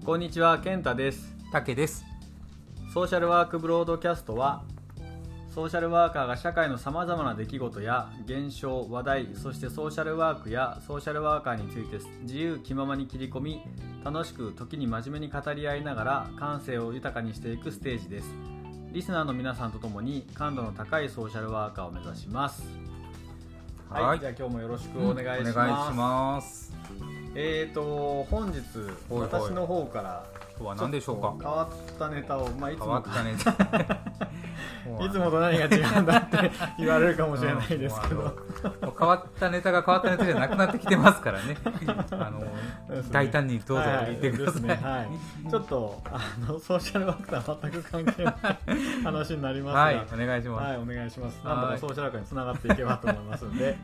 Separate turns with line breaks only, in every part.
こんにちは、健太です。
たけです。
ソーシャルワークブロードキャストは、ソーシャルワーカーが社会のさまざまな出来事や現象、話題、そしてソーシャルワークやソーシャルワーカーについて自由気ままに切り込み、楽しく時に真面目に語り合いながら感性を豊かにしていくステージです。リスナーの皆さんとともに感度の高いソーシャルワーカーを目指します。はい、じゃあ今日もよろしくお願いします。
お願いします。
本日私の方から
は何でしょうか。
変わったネタを、いつも
変わったネタ
いつもと何が違うんだって言われるかもしれないですけど、
変わったネタが変わったネタじゃなくなってきてますからね。大胆にどうぞ言ってください。
はい、ちょっとソーシャルワークとは全く関係ない話になりますが、
はい、お願いします。
はい、お願いします。なんとかソーシャルワークにつながっていけばと思いますので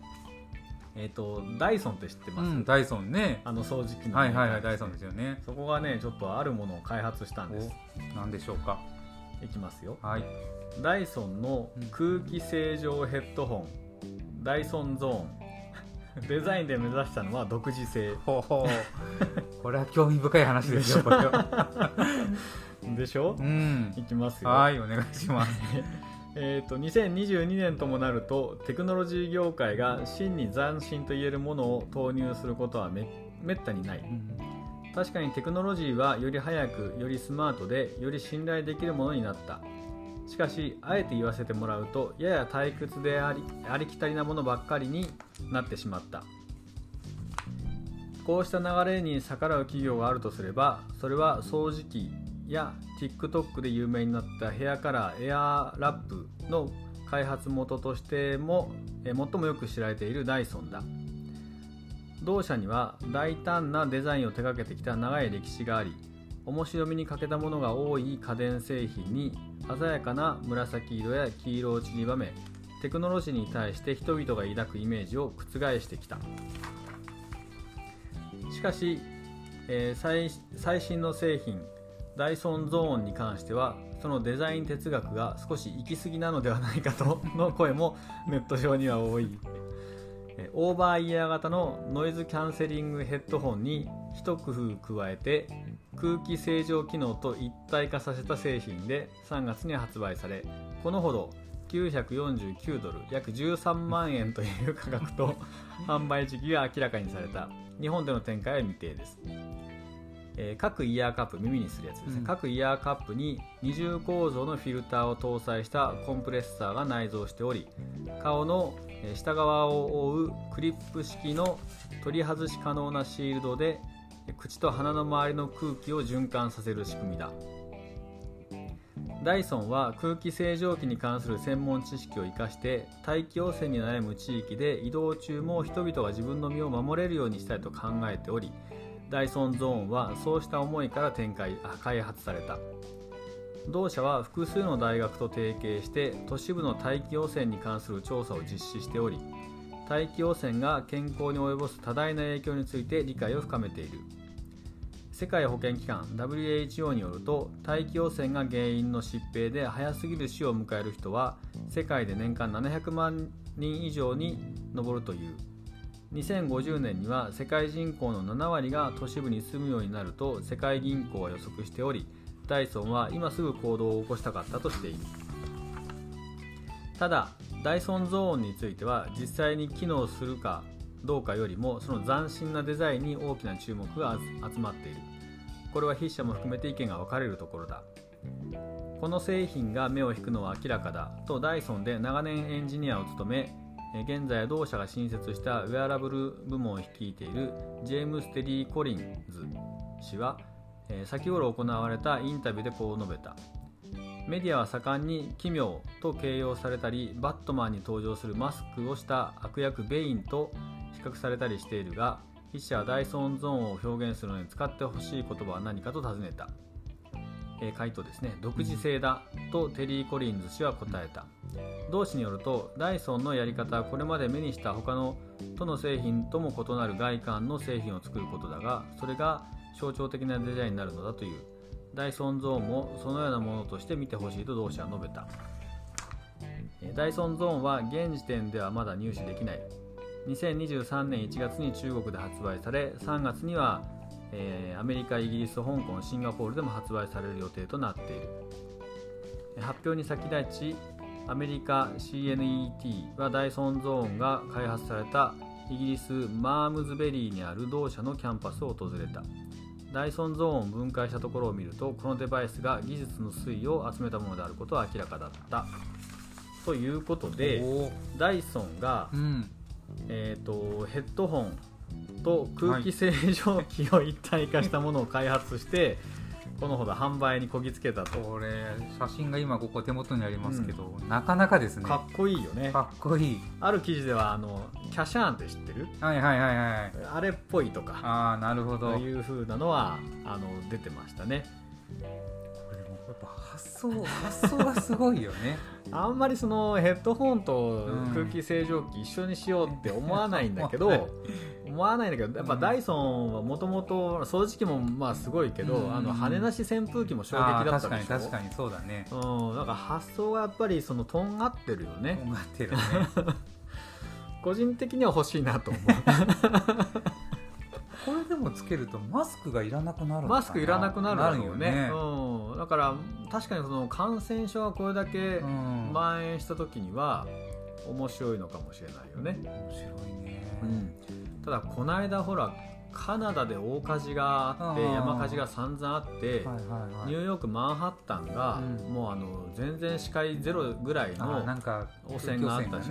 ダイソンって知ってます？
ダイソンね。
掃除機の、
はいはいはい、ダイソンですよね。
そこがね、ちょっとあるものを開発したんです。
何でしょうか。
いきますよ。
はい。
ダイソンの空気清浄ヘッドホン、ダイソンゾーン。デザインで目指したのは独自性。
ほほこれは興味深い話ですよ。これは
でしょ？いきますよ。
はい、お願いします。
2022年ともなるとテクノロジー業界が真に斬新と言えるものを投入することはめったにない。確かにテクノロジーはより早く、よりスマートで、より信頼できるものになった。しかしあえて言わせてもらうと、やや退屈でありきたりなものばっかりになってしまった。こうした流れに逆らう企業があるとすれば、それは掃除機や TikTok で有名になったヘアカラーエアラップの開発元としても最もよく知られているダイソンだ。同社には大胆なデザインを手掛けてきた長い歴史があり、面白みに欠けたものが多い家電製品に鮮やかな紫色や黄色を散りばめ、テクノロジーに対して人々が抱くイメージを覆してきた。しかし、最新の製品ダイソンゾーンに関しては、そのデザイン哲学が少し行き過ぎなのではないかとの声もネット上には多い。オーバーイヤー型のノイズキャンセリングヘッドホンに一工夫加えて空気清浄機能と一体化させた製品で3月に発売され、このほど949ドル約13万円という価格と販売時期が明らかにされた。日本での展開は未定です。各イヤーカップ、耳にするやつですね、各イヤーカップに二重構造のフィルターを搭載したコンプレッサーが内蔵しており、顔の下側を覆うクリップ式の取り外し可能なシールドで口と鼻の周りの空気を循環させる仕組みだ。ダイソンは空気清浄機に関する専門知識を生かして大気汚染に悩む地域で移動中も人々が自分の身を守れるようにしたいと考えており、ダイソンゾーンはそうした思いから開発された。同社は複数の大学と提携して都市部の大気汚染に関する調査を実施しており、大気汚染が健康に及ぼす多大な影響について理解を深めている。世界保健機関 WHO によると、大気汚染が原因の疾病で早すぎる死を迎える人は世界で年間700万人以上に上るという。2050年には世界人口の7割が都市部に住むようになると世界銀行は予測しており、ダイソンは今すぐ行動を起こしたかったとしている。ただダイソンゾーンについては実際に機能するかどうかよりも、その斬新なデザインに大きな注目が集まっている。これは筆者も含めて意見が分かれるところだ。この製品が目を引くのは明らかだとダイソンで長年エンジニアを務め、現在は同社が新設したウェアラブル部門を率いているジェームス・テリー・コリンズ氏は、先頃行われたインタビューでこう述べた。メディアは盛んに奇妙と形容されたり、バットマンに登場するマスクをした悪役ベインと比較されたりしているが、筆者はダイソンゾーンを表現するのに使ってほしい言葉は何かと尋ねた。回答ですね。独自性だとテリー・コリンズ氏は答えた。同氏によると、ダイソンのやり方はこれまで目にした他のどの製品とも異なる外観の製品を作ることだが、それが象徴的なデザインになるのだという。ダイソンゾーンもそのようなものとして見てほしいと同社は述べた。ダイソンゾーンは現時点ではまだ入手できない。2023年1月に中国で発売され、3月にはアメリカ、イギリス、香港、シンガポールでも発売される予定となっている。発表に先立ちアメリカ CNET はダイソンゾーンが開発されたイギリスマームズベリーにある同社のキャンパスを訪れた。ダイソンゾーンを分解したところを見ると、このデバイスが技術の粋を集めたものであることは明らかだったということで、ダイソンが、ヘッドホンと空気清浄機を一体化したものを開発して、このほど販売にこぎつけたと。
これ写真が今ここ手元にありますけど、なかなかですね。
かっこいいよね。
かっこいい。
ある記事ではキャシャーンって知ってる？
はいはいはいはい。
あれっぽいとか、
ああなるほど、
いう風なのは出てましたね。
これもやっぱ発想がすごいよね。
あんまりそのヘッドホンと空気清浄機一緒にしようって思わないんだけど、やっぱダイソンはもともと掃除機もまあすごいけど、羽なし扇風機も衝撃だったでしょ。
確かにそうだね。
だから発想がやっぱりとんがってるよね。
とんがってるね。
個人的には欲しいなと思う。
これでもつけるとマスクがいらなくなるのかな。
マスクいらなくなるだろう
よ
ね。だから確かにその感染症がこれだけ蔓延した時には面白いのかもしれないよね。
面白いね。
ただこの間ほらカナダで大火事があって山火事が散々あって、ニューヨークマンハッタンがもう全然視界ゼロぐらいの汚染があったし、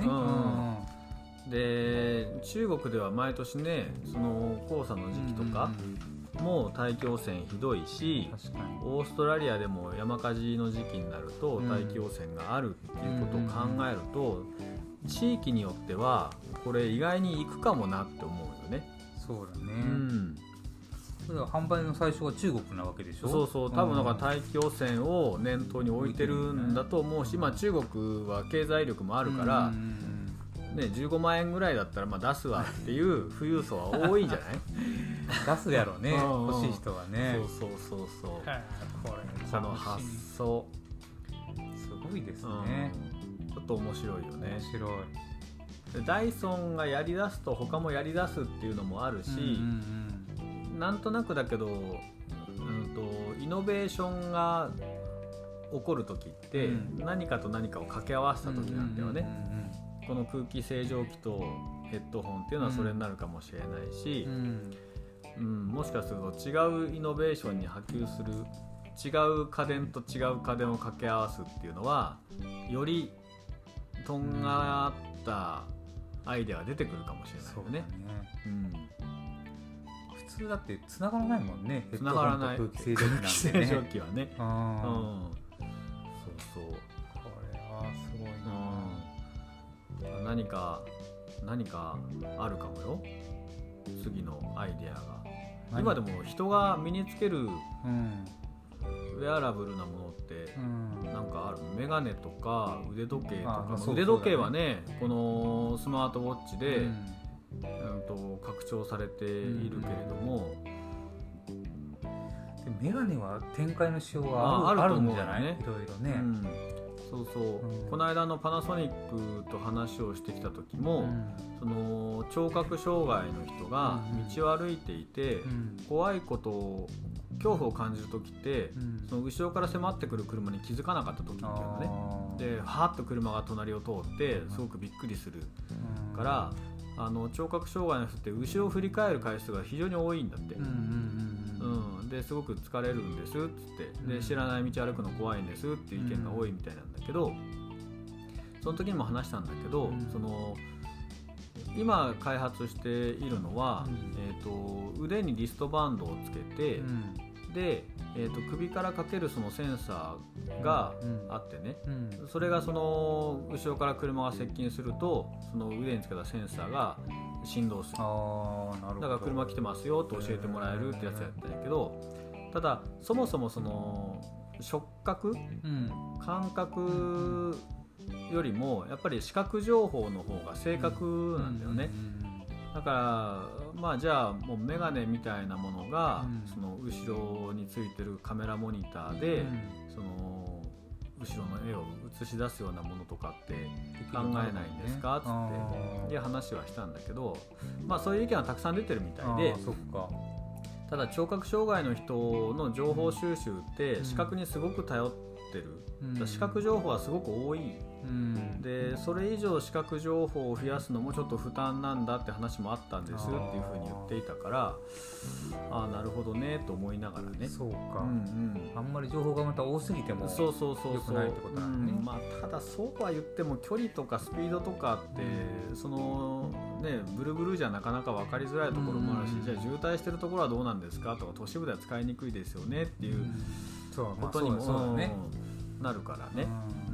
で中国では毎年ねその黄砂の時期とかもう大気汚染ひどいし、オーストラリアでも山火事の時期になると大気汚染があるっていうことを考えると、地域によってはこれ意外に行くかもなって思うよね。
そうだね。それは販売の最初は中国なわけでしょ。
そう多分なんか大気汚染を念頭に置いてるんだと思うし、中国は経済力もあるから、15万円ぐらいだったら出すわっていう富裕層は多いんじゃない？
出すやろうね。欲しい人はね。
そうこの発想
すごいですね。
ちょっと面白いよね。
面白い。
ダイソンがやりだすと他もやりだすっていうのもあるし、なんとなくだけど、イノベーションが起こる時って何かと何かを掛け合わせた時なんだよね。この空気清浄機とヘッドホンっていうのはそれになるかもしれないし、もしかすると違うイノベーションに波及する、違う家電と違う家電を掛け合わすっていうのはよりとんがったアイデアが出てくるかもしれないよね。
普通だって繋がらないもんね。
繋がらない。
空気清浄機
はね。そう。
これはすごいな。
何かあるかもよ。次のアイデアが。今でも人が身につけるウェアラブルなものってなんかある。メガネとか腕時計とか、腕時計はねこのスマートウォッチで、拡張されているけれども、
メガネは展開のしようはあるんじゃない？いろいろね。
この間のパナソニックと話をしてきた時も、その聴覚障害の人が道を歩いていて、怖いことを恐怖を感じる時って、その後ろから迫ってくる車に気づかなかった時っていうのね。ではーっと車が隣を通ってすごくびっくりするから、聴覚障害の人って後ろを振り返る回数が非常に多いんだって。ですごく疲れるんですっつって、で知らない道歩くの怖いんですっていう意見が多いみたいなんだけど、その時にも話したんだけど、その今開発しているのは、腕にリストバンドをつけて、で、首からかけるそのセンサーがあってね、それがその後ろから車が接近するとその腕につけたセンサーが振動する。だから車来てますよと教えてもらえるってやつやったんやけど、ただそもそもその触覚、感覚よりもやっぱり視覚情報の方が正確なんだよね。だからじゃあもうメガネみたいなものが、その後ろについてるカメラモニターで、その後ろの絵を映し出すようなものとかって考えないんですかつって話はしたんだけど、そういう意見はたくさん出てるみたいで、 ただ聴覚障害の人の情報収集って視覚にすごく頼ってる、だから視覚情報はすごく多い、でそれ以上視覚情報を増やすのもちょっと負担なんだって話もあったんですっていうふうに言っていたから、ああなるほどねと思いながらね。
そうか、あんまり情報がまた多すぎても良くないってことなんだね。
まあ、ただそうは言っても距離とかスピードとかってそのねブルブルじゃなかなか分かりづらいところもあるし、じゃあ渋滞してるところはどうなんですかとか都市部では使いにくいですよねっていうことにもなるからね。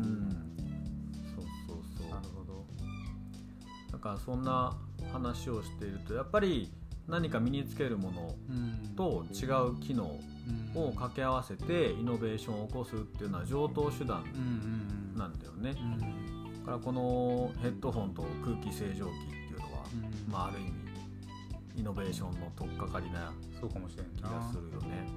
なるほど。
だからそんな話をしているとやっぱり何か身につけるものと違う機能を掛け合わせてイノベーションを起こすっていうのは常套手段なんだよね。だからこのヘッドホンと空気清浄機っていうのは、まあ、ある意味イノベーションの取っかかりな
そうかもしれない
気がするよね。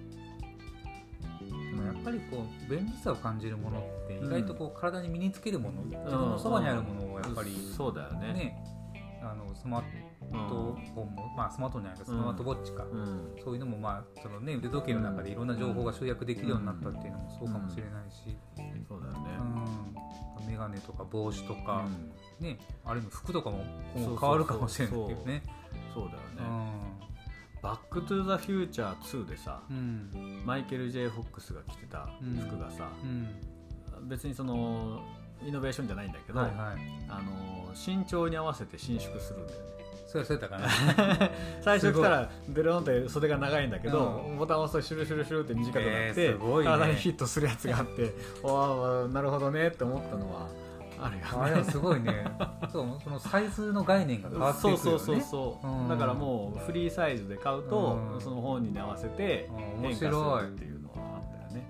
でもやっぱりこう便利さを感じるものって意外とこう体に身につけるもの、自分のそばにあるものをやっぱり、
そうだよね。
スマートフォンも、まあスマートフォンじゃないかスマートウォッチか、そういうのもまあそのね腕時計の中でいろんな情報が集約できるようになったっていうのもそうかもしれないし、
そうだよね。
メガネとか帽子とか、ね、ある意味服とかも今後変わるかもしれないけどね。
そうだよね。バックトゥザフューチャー2でさ、マイケル・ J. フォックスが着てた服がさ、別にそのイノベーションじゃないんだけど、身長に合わせて伸縮するんだよね。
そうやったかな
最初来たらベロンって袖が長いんだけど、ボタンを押すとシュルシュルシュルって短くなって、体にフィットするやつがあってなるほどねって思ったのはあるよね。
あれはすごいねそのサイズの概念が変わっていくよね。
そうだからもうフリーサイズで買うと、その本人に合わせて変化するっていうのはあったよね。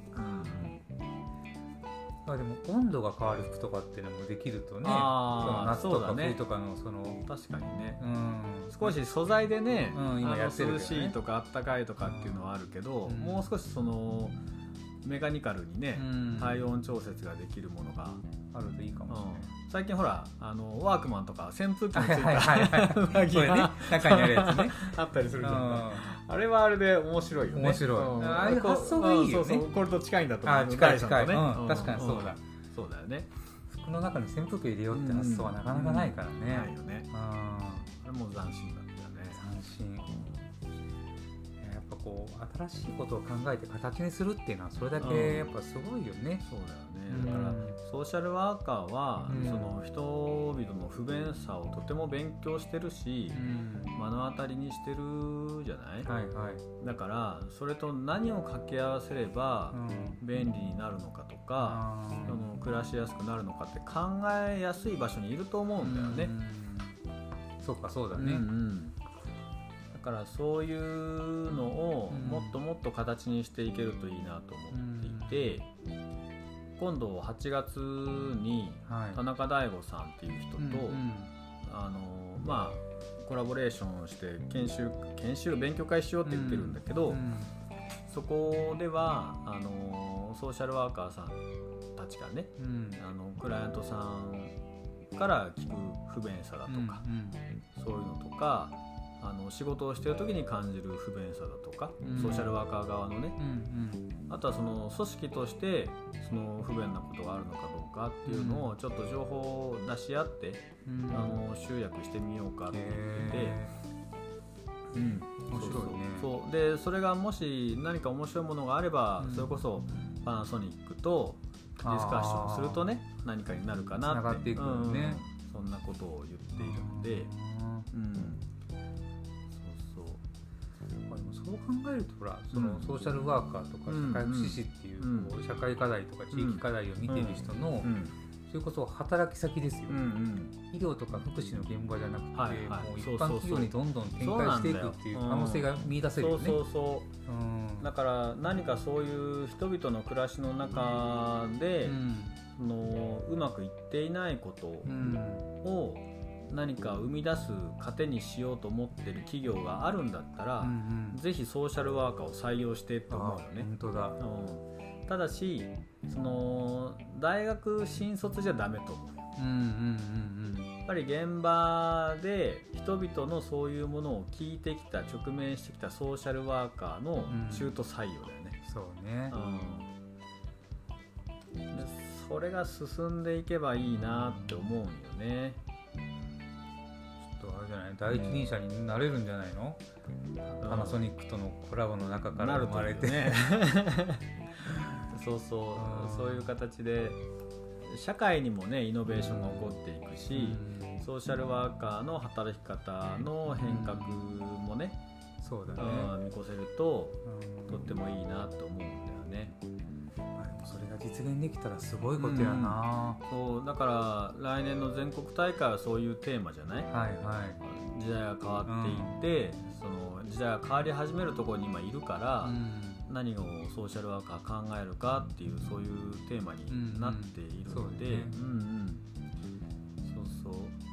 でも温度が変わる服とかっていうのもできるとね、夏とか冬とかのその
確かにね、少し素材でね、
今やってるけどね、
涼しいとかあったかいとかっていうのはあるけど、もう少しそのメカニカルにね、体温調節ができるものが
あるといいかもしれない。
最近ほらワークマンとか扇風機についた上着が
中にあるやつね
あったりするじゃん。あれはあれで面白いよね。
面白い。ああいう発想がいいよね。
これと近いんだと思う。
近い、確かに
そうだよね。
服の中に扇風機入れようって発想はなかなかないからね。
ないよね。あれも斬新だったよね。
斬新。やっぱこう新しいことを考えて形にするっていうのはそれだけやっぱすごいよね。
そうだよね。だからソーシャルワーカーはその人々の不便さをとても勉強してるし、目の当たりにしてるじゃない。だからそれと何を掛け合わせれば便利になるのかとか、その暮らしやすくなるのかって考えやすい場所にいると思うんだよね。
そうか、そうだね。
だからそういうのをもっともっと形にしていけるといいなと思っていて、今度8月に田中大吾さんっていう人とまあコラボレーションして研修勉強会しようって言ってるんだけど、そこではソーシャルワーカーさんたちがね、クライアントさんから聞く不便さだとか、そういうのとか仕事をしている時に感じる不便さだとか、ソーシャルワーカー側のね、あとはその組織としてその不便なことがあるのかどうかっていうのをちょっと情報を出し合って、集約してみようかと思ってて、
面白いね。
そうでそれがもし何か面白いものがあれば、それこそパナソニックとディスカッションするとね何かになるかなって、
つながっていくよね。
そんなことを言っているので、
そう考えるとほらそのソーシャルワーカーとか社会福祉士っていう社会課題とか地域課題を見ている人のそれこそ働き先ですよ。医療とか福祉の現場じゃなくて、もう一般企業にどんどん展開していくっていう可能性が見出せるよね。だから何かそういう人々の暮らしの中でうまくいっていないことを何か生み出す糧にしようと思ってる企業があるんだったら、ぜひソーシャルワーカーを採用してって思うよね。 本当だ。
ただしその大学新卒じゃダメと思うよ。 ぱり現場で人々のそういうものを聞いてきた直面してきたソーシャルワーカーの中途採用だよね、
そうね、
でそれが進んでいけばいいなって思うんよね。
ちょっとあれじゃない、第一人者になれるんじゃないの、パナソニックとのコラボの中から生まれて、
ねそうそう、そういう形で社会にもねイノベーションが起こっていくし、ソーシャルワーカーの働き方の変革もね、
そうだね、
見越せると、とってもいいなと思うんだよね。
それが実現できたらすごいことやな、
そうだから来年の全国大会はそういうテーマじゃない、
はいはい、
時代が変わっていって、その時代が変わり始めるところに今いるから、何をソーシャルワーカー考えるかっていうそういうテーマになっているので、そう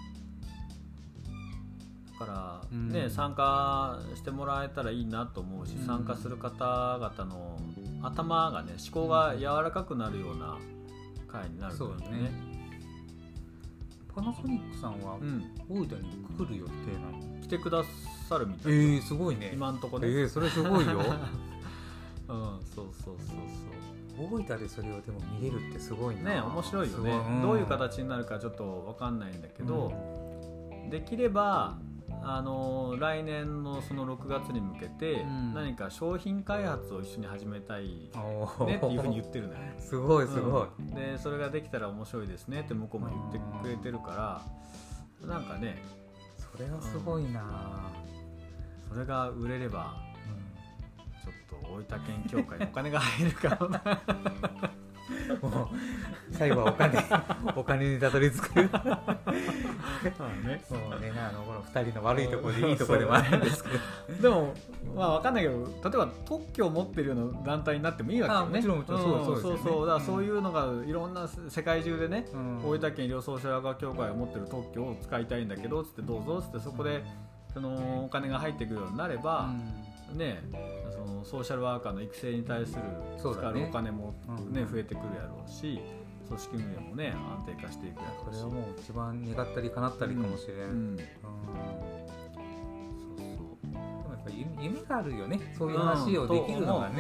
だからね、参加してもらえたらいいなと思うし、参加する方々の頭がね、思考が柔らかくなるような会になるといいよね。
パナソニックさんは大分に来る予定なの？
来てくださるみたいな。
すごいね。
今んとこね。
それすごいよ。
そう
大分でそれをでも見れるってすごいな。
ね、面白いよね。どういう形になるかちょっと分かんないんだけど、できれば来年のその6月に向けて何か商品開発を一緒に始めたいねっていうふうに言ってるのよ。
すごいすごい、
でそれができたら面白いですねって向こうも言ってくれてるから、なんかね、
それはすごいな、
それが売れれば、ちょっと大分県協会にお金が入るかもな
もう最後はお金にたどり着くもうね、この2人の悪いところでいいところでもあるんですけど
でも分かんないけど、例えば特許を持ってるような団体になってもいいわけよね。
もちろん
そうだからそういうのがいろんな世界中でね、大分県医療ソーシャルワーカー協会が持ってる特許を使いたいんだけどつってどうぞつって、そこでそのお金が入ってくるようになれば、ね、そのソーシャルワーカーの育成に対する使うお金も、ね増えてくるやろうし、組織運営もね安定化していくやろうし、
それはもう一番願ったり叶ったりかもしれん。夢があるよね、そういう話をできるのがね。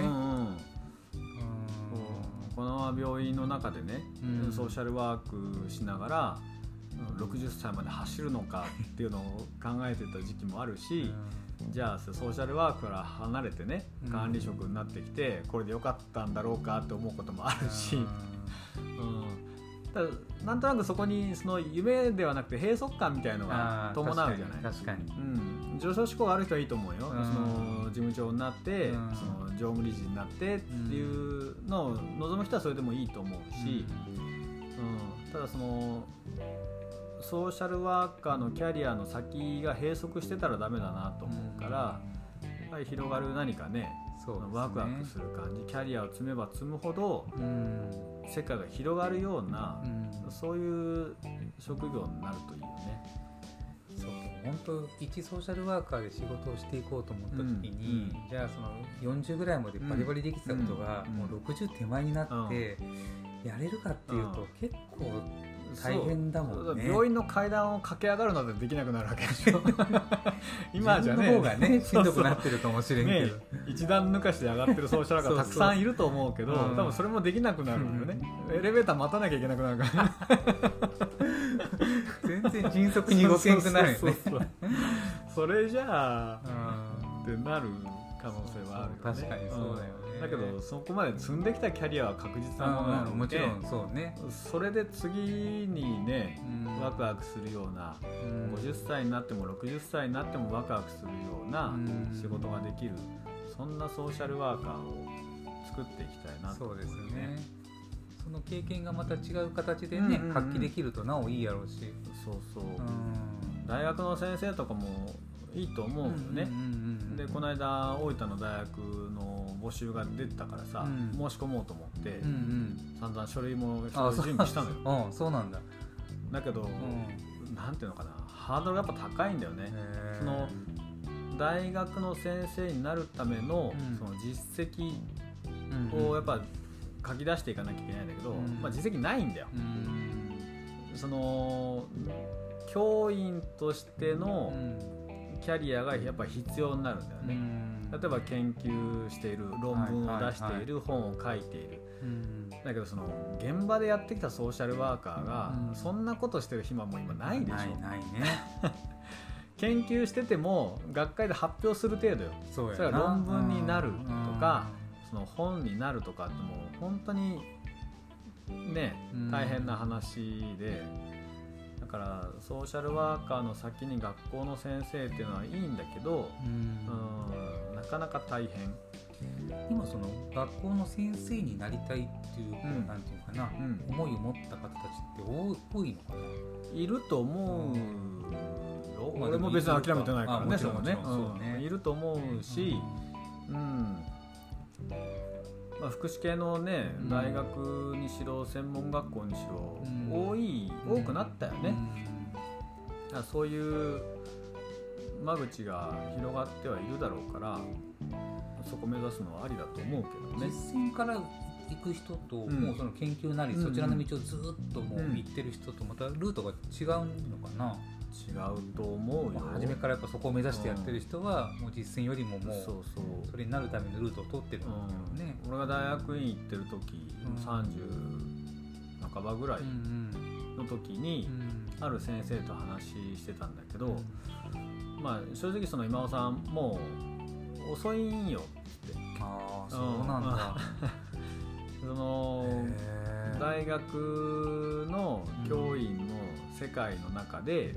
この病院の中でね、ソーシャルワークしながら60歳まで走るのかっていうのを考えてた時期もあるし、じゃあソーシャルワークから離れてね管理職になってきて、これでよかったんだろうかって思うこともあるし、ただなんとなくそこにその夢ではなくて閉塞感みたいのが伴うじゃない。
確かに、
上昇志向がある人はいいと思うよ。その事務長になって、その常務理事になってっていうのを望む人はそれでもいいと思うし、ただそのソーシャルワーカーのキャリアの先が閉塞してたらダメだなと思うから、やっぱり広がる何かね、ワクワクする感じ、キャリアを積めば積むほど世界が広がるような、そういう職業になるといいよね。
そう、本当一ソーシャルワーカーで仕事をしていこうと思った時に、じゃあその40ぐらいまでバリバリできてたことが、もう60手前になってやれるかっていうと、結構大変だもんね。
病院の階段を駆け上がるのでできなくなるわけでしょ今じゃね、
自分の方がねしんどくなってるかもしれんけど、
一段抜かして上がってるソーシャルワーカーたくさんいると思うけど、多分それもできなくなるんだよね。エレベーター待たなきゃいけなくなるから
全然迅速に動けんくなるよね。
それじゃあってなる可能性はあるよね。
確かにそうだよね。
だけどそこまで積んできたキャリアは確実なものなので、
もちろんそうね、
それで次にね、ワクワクするような、50歳になっても60歳になってもワクワクするような仕事ができる、そんなソーシャルワーカーを作っていきたいなと思う。
そうですね。その経験がまた違う形でね、発揮できるとなおいいやろうし、
大学の先生とかもいいと思うよね。でこの間大分の大学の募集が出てたからさ、申し込もうと思って、散々書類も準備したのよ。
そうなんだ。
だけど、なんていうのかな、ハードルがやっぱ高いんだよね。その大学の先生になるための、その実績をやっぱ書き出していかなきゃいけないんだけど、実績ないんだよ。その教員としてのキャリアがやっぱ必要になるんだよね、例えば研究している、論文を出している、本を書いている、だけどその現場でやってきたソーシャルワーカーがそんなことしてる暇も今ないでしょ。
ないね
研究してても学会で発表する程度よ。それが論文になるとか、その本になるとかってもう本当にね大変な話で、だからソーシャルワーカーの先に学校の先生っていうのはいいんだけど、なかなか大変。
今その学校の先生になりたいっていう、なんていうかな、思いを持った方たちって多いのかな。
いると思うよ、俺も別に諦めてないからね、それはね、いると思うし、福祉系のね、大学にしろ専門学校にしろ、多くなったよね、そういう間口が広がってはいるだろうから、そこ目指すのはありだと思うけどね。
実践から行く人と、もうその研究なり、そちらの道をずっともう行ってる人とまたルートが違うのかな。
違うと思うよ。
初めからやっぱそこを目指してやってる人は、もう実践よりももうそれになるためのルートを取ってるんだけどね。
俺が大学院行ってる時、30半ばぐらいの時に、ある先生と話してたんだけど、正直その今尾さんもう遅いんよって。
そうなんだ。
その大学の教員の世界の中で、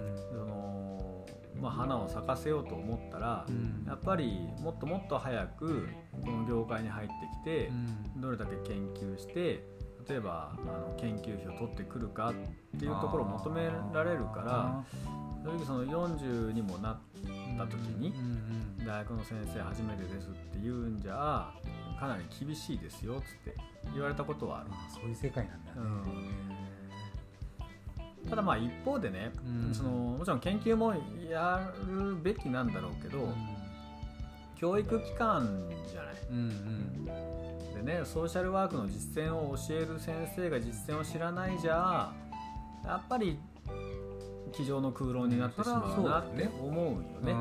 花を咲かせようと思ったら、やっぱりもっともっと早くこの業界に入ってきて、どれだけ研究して例えば研究費を取ってくるかっていうところを求められるから、正直その40にもなった時に、大学の先生初めてですって言うんじゃかなり厳しいですよって言われたことはある。
そういう世界なんだね。
ただ一方でね、もちろん研究もやるべきなんだろうけど、教育機関じゃない、でね、ソーシャルワークの実践を教える先生が実践を知らないじゃやっぱり机上の空論になってしまうなって思うよね。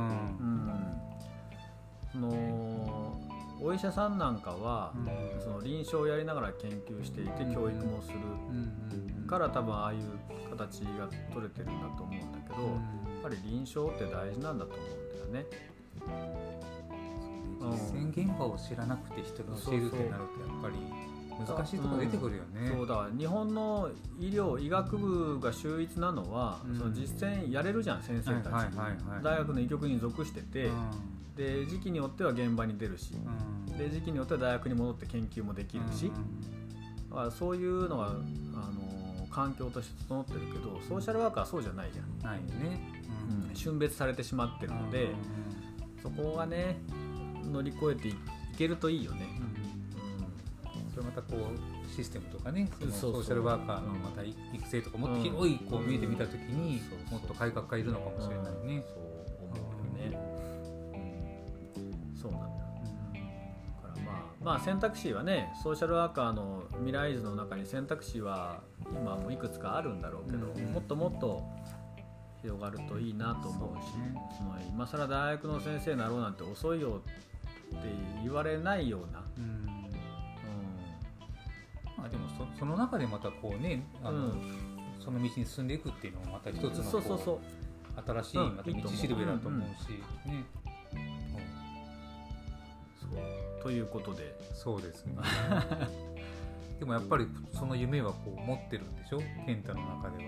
お医者さんなんかは、その臨床をやりながら研究していて教育もするから多分ああいう形が取れてるんだと思うんだけど、やっぱり臨床って大事なんだと思うんだよね。
実践現場を知らなくて人に教えるってなるとやっぱり難しいところ出てくるよね。
そうだ、日本の医学部が秀逸なのは、その実践やれるじゃん先生たち、大学の医局に属してて、で時期によっては現場に出るし、で時期によっては大学に戻って研究もできるし、だからそういうのは環境として整ってるけど、ソーシャルワーカーはそうじゃないじゃん。
ないね、
峻別されてしまってるので、そこがね乗り越えていけるといいよね。
それまたこうシステムとかね、そのソーシャルワーカーのまた育成とかもっと広いこう見えてみたときに、もっと改革がいるのかもしれないね。
そう思うよね。そうなんだよ。だから選択肢はね、ソーシャルワーカーの未来図の中に選択肢は今もいくつかあるんだろうけど、もっともっと広がるといいなと思うし、その今更大学の先生になろうなんて遅いよって言われないような。
でも その中でまたこうね、その道に進んでいくっていうのもまた一つのこう新しいまた道しるべだと思うしね。
ということで、
そうですね。でもやっぱりその夢はこう持ってるんでしょ、健太の中では。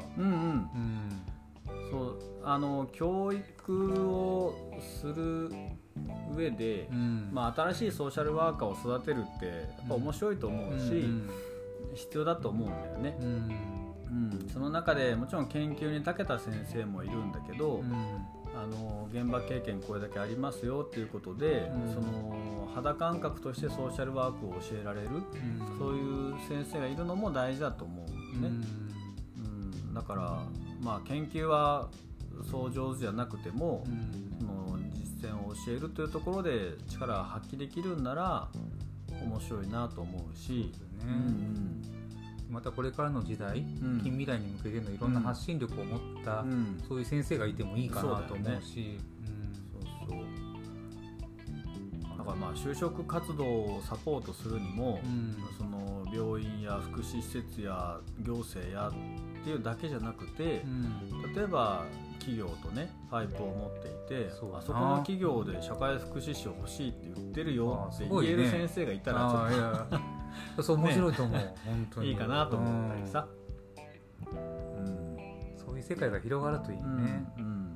そう教育をする上で、新しいソーシャルワーカーを育てるってやっぱ面白いと思うし、必要だと思うんだよね。その中でもちろん研究に長けた先生もいるんだけど、現場経験これだけありますよっていうことで、その肌感覚としてソーシャルワークを教えられる、そういう先生がいるのも大事だと思うね。だから研究はそう上手じゃなくても、その実践を教えるというところで力が発揮できるんなら面白いなと思うし、
またこれからの時代、近未来に向けてのいろんな発信力を持った、そういう先生がいてもいいかなと思うし、
だからまあ就職活動をサポートするにも、その病院や福祉施設や行政やっていうだけじゃなくて、例えば企業とねパイプを持っていて、あそこの企業で社会福祉士を欲しいって言ってるよって言える先生がいたらちょっと
そう面白いと思う、本当に
いいかなと思ったりさ、
そういう世界が広がるといいね。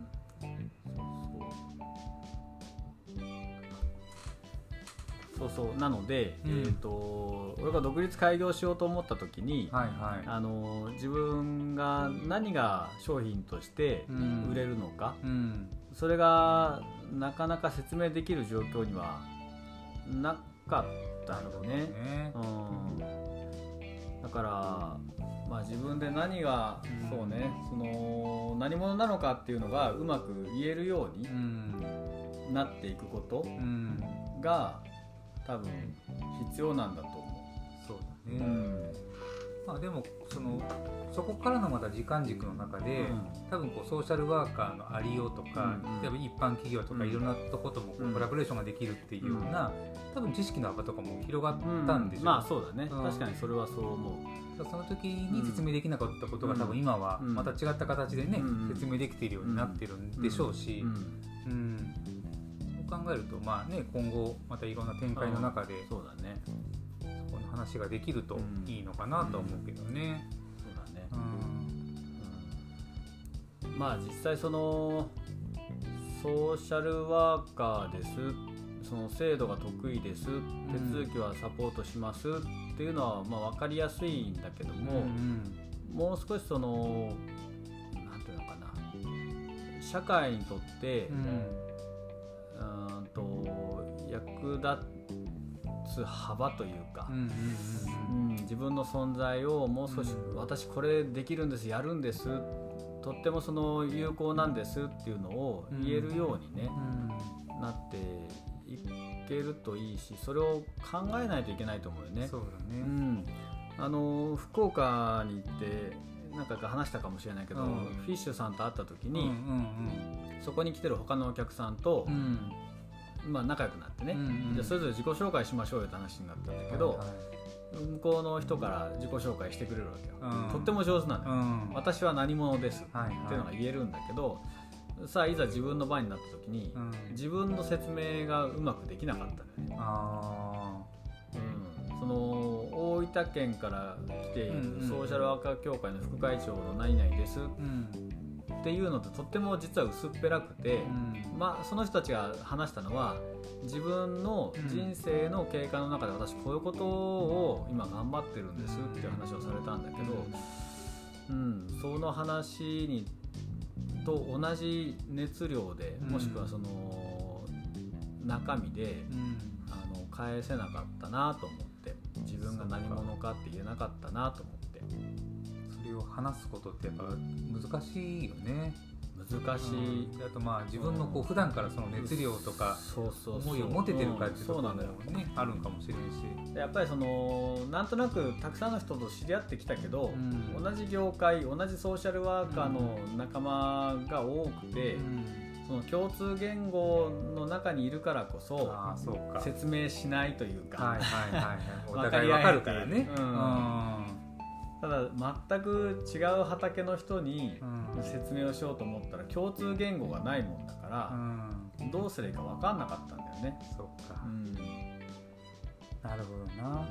そうなので、俺が独立開業しようと思った時に、自分が何が商品として売れるのか、それがなかなか説明できる状況にはなかったのね。だから、まあ、自分で何が、そうね、その何者なのかっていうのがうまく言えるようになっていくことが多分必要なんだと思う。
そうだね。まあでもそこからのまた時間軸の中で、多分こうソーシャルワーカーのありようとか、例えば一般企業とかいろんなとこともコラボレーションができるっていうような、多分知識の幅とかも広がったんでしょう。
まあそうだね、確かにそれはそう思う。
その時に説明できなかったことが多分今はまた違った形でね、説明できているようになってるんでしょうし、そう考えるとまあね、今後またいろんな展開の中で
そうだね、
この話ができるといいのかなと思うけどね。
そうだね。まあ実際そのソーシャルワーカーです、その制度が得意です、手続きはサポートしますっていうのはまあ分かりやすいんだけども、もう少しそのなんていうのかな、社会にとって役立つ幅というか、自分の存在をもう少し、私これできるんです、やるんです、とってもその有効なんですっていうのを言えるように、ねなっていけるといいし、それを考えないといけないと思うよね。
そうだね。
福岡に行って何回か話したかもしれないけど、フィッシュさんと会った時に、そこに来てる他のお客さんと、まあ、仲良くなってね、じゃあそれぞれ自己紹介しましょうよって話になったんだけど、向こうの人から自己紹介してくれるわけよ、とっても上手なんだよ、私は何者ですっていうのが言えるんだけど、さあいざ自分の番になった時に、自分の説明がうまくできなかったんだよね。その大分県から来ているソーシャルワーカー協会の副会長の何々ですっていうのってとっても実は薄っぺらくて、まあ、その人たちが話したのは自分の人生の経過の中で私こういうことを今頑張ってるんですっていう話をされたんだけど、その話にと同じ熱量で、もしくはその中身で、返せなかったなと思って、自分が何者かって言えなかったなと思って、
それを話すことってやっぱ難しいよね。
難しい。
あとまあ自分のこう普段からその熱量とか思いを持ててるかっていうところもね、あるんかもしれないし、
やっぱりそのなんとなくたくさんの人と知り合ってきたけど、同じ業界、同じソーシャルワーカーの仲間が多くて、その共通言語の中にいるからこそ説明しないというか、
お互い分かるからね。
ただ全く違う畑の人に説明をしようと思ったら共通言語がないもんだから、どうすればいいか分かんなかったんだよね。
そうか、なるほどな。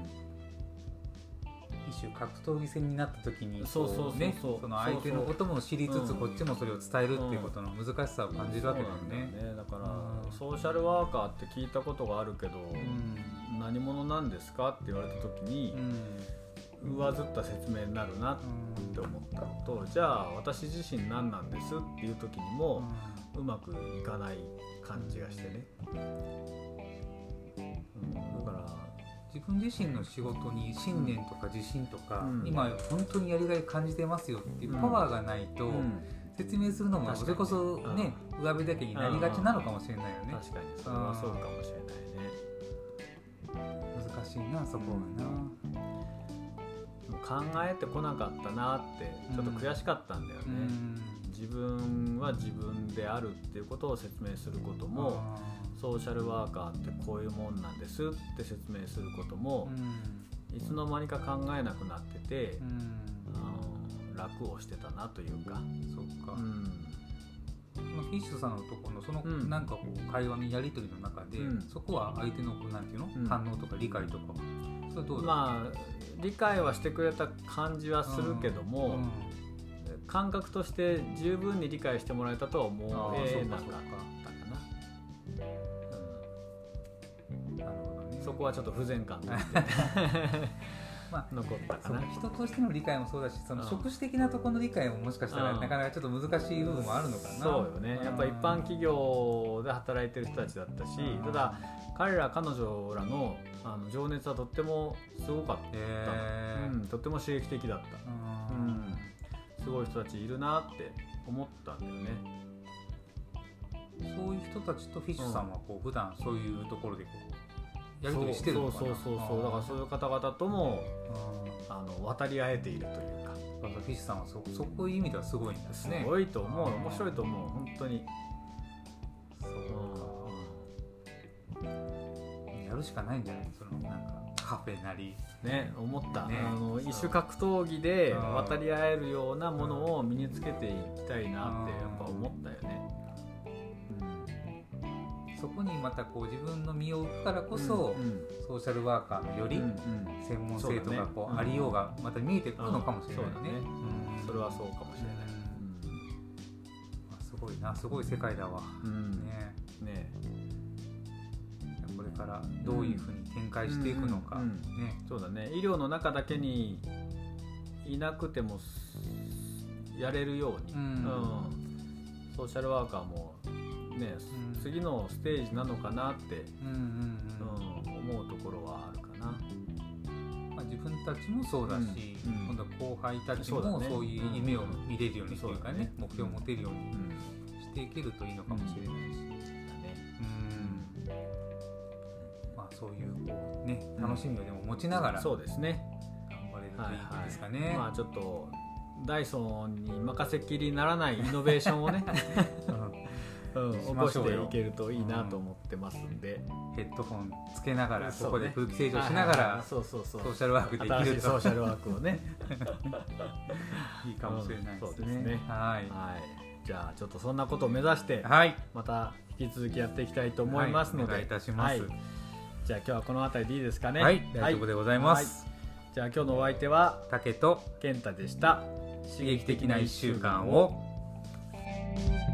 一種格闘技戦になった時にその相手のことも知りつつ、こっちもそれを伝えるっていうことの難しさを感じるわけだよね。
だからソーシャルワーカーって聞いたことがあるけど、何者なんですかって言われた時に、上ずった説明になるなって思ったのと、じゃあ私自身何なんですっていう時にもうまくいかない感じがしてね。だから
自分自身の仕事に信念とか自信とか、今本当にやりがい感じてますよっていうパワーがないと、説明するのもそれこそね、上辺だけになりがちなのかもしれないよね。
確かにそれはそうかもしれないね。
難しいな、そこはな。
もう考えてこなかったなってちょっと悔しかったんだよね、自分は自分であるっていうことを説明することも、ソーシャルワーカーってこういうもんなんですって説明することも、いつの間にか考えなくなってて、楽をしてたなというか。
そうか、フィッシュさんのところのそのなんかこう会話のやり取りの中で、そこは相手のなんていうの、反応とか理解とかそれはどうだ。
まあ理解はしてくれた感じはするけども、感覚として十分に理解してもらえたとは思えなかったかな。そこはちょっと不全感があって残ったかな。
人としての理解もそうだし、その職種的なところの理解ももしかしたらなかなかちょっと難しい部分もあるのかな。
そうよね。やっぱ一般企業で働いてる人たちだったし、ただ彼ら彼女らの情熱はとってもすごかった、とっても刺激的だった、すごい人たちいるなって思ったんだよね。
そういう人たちとフィッシュさんはこう普段そういうところでこうやり取りしてるのかな。
そうだからそういう方々とも渡り合えているというか、
フィッシュさんはそういう意味ではすごいんですね。
すごいと思う。面白いと思う本当に。
やるしかないんじゃない。そのなんかカフェなり
ね、思った、
ね、
異種格闘技で渡り合えるようなものを身につけていきたいなってやっぱ思ったよね。
そこにまたこう自分の身を置くからこそ、ソーシャルワーカーのより専門性とかこうありようがまた見えてくるのかもしれないね。
それはそうかもしれない。
すごいな、すごい世界だわ。ね。これからどういうふうに展開していくのか。
そうだね。医療の中だけにいなくてもやれるように、ソーシャルワーカーもね、次のステージなのかなって思うところはあるかな。
自分たちもそうだし、今度は後輩たちもそういう夢を見れるようにというかね、目標を持てるようにしていけるといいのかもしれないし、そういうこうね、楽しみをでも持ちながら
そうですね、
頑張れるといいですかね。
まあちょっとダイソンに任せっきりにならないイノベーションをね起こしていけるといいなと思ってますんで、
ヘッドホンつけながらここで空気清浄しながらソーシャルワークできると、
新しいソーシャルワークをね
いいかもしれないですね。
じゃあちょっとそんなことを目指してまた引き続きやっていきたいと思いますので、
お願いいたします。
じゃあ今日はこの辺りでいいですかね。
大丈夫でございます。
じゃあ今日のお相手は
竹と
健太でした。
刺激的な1週間を。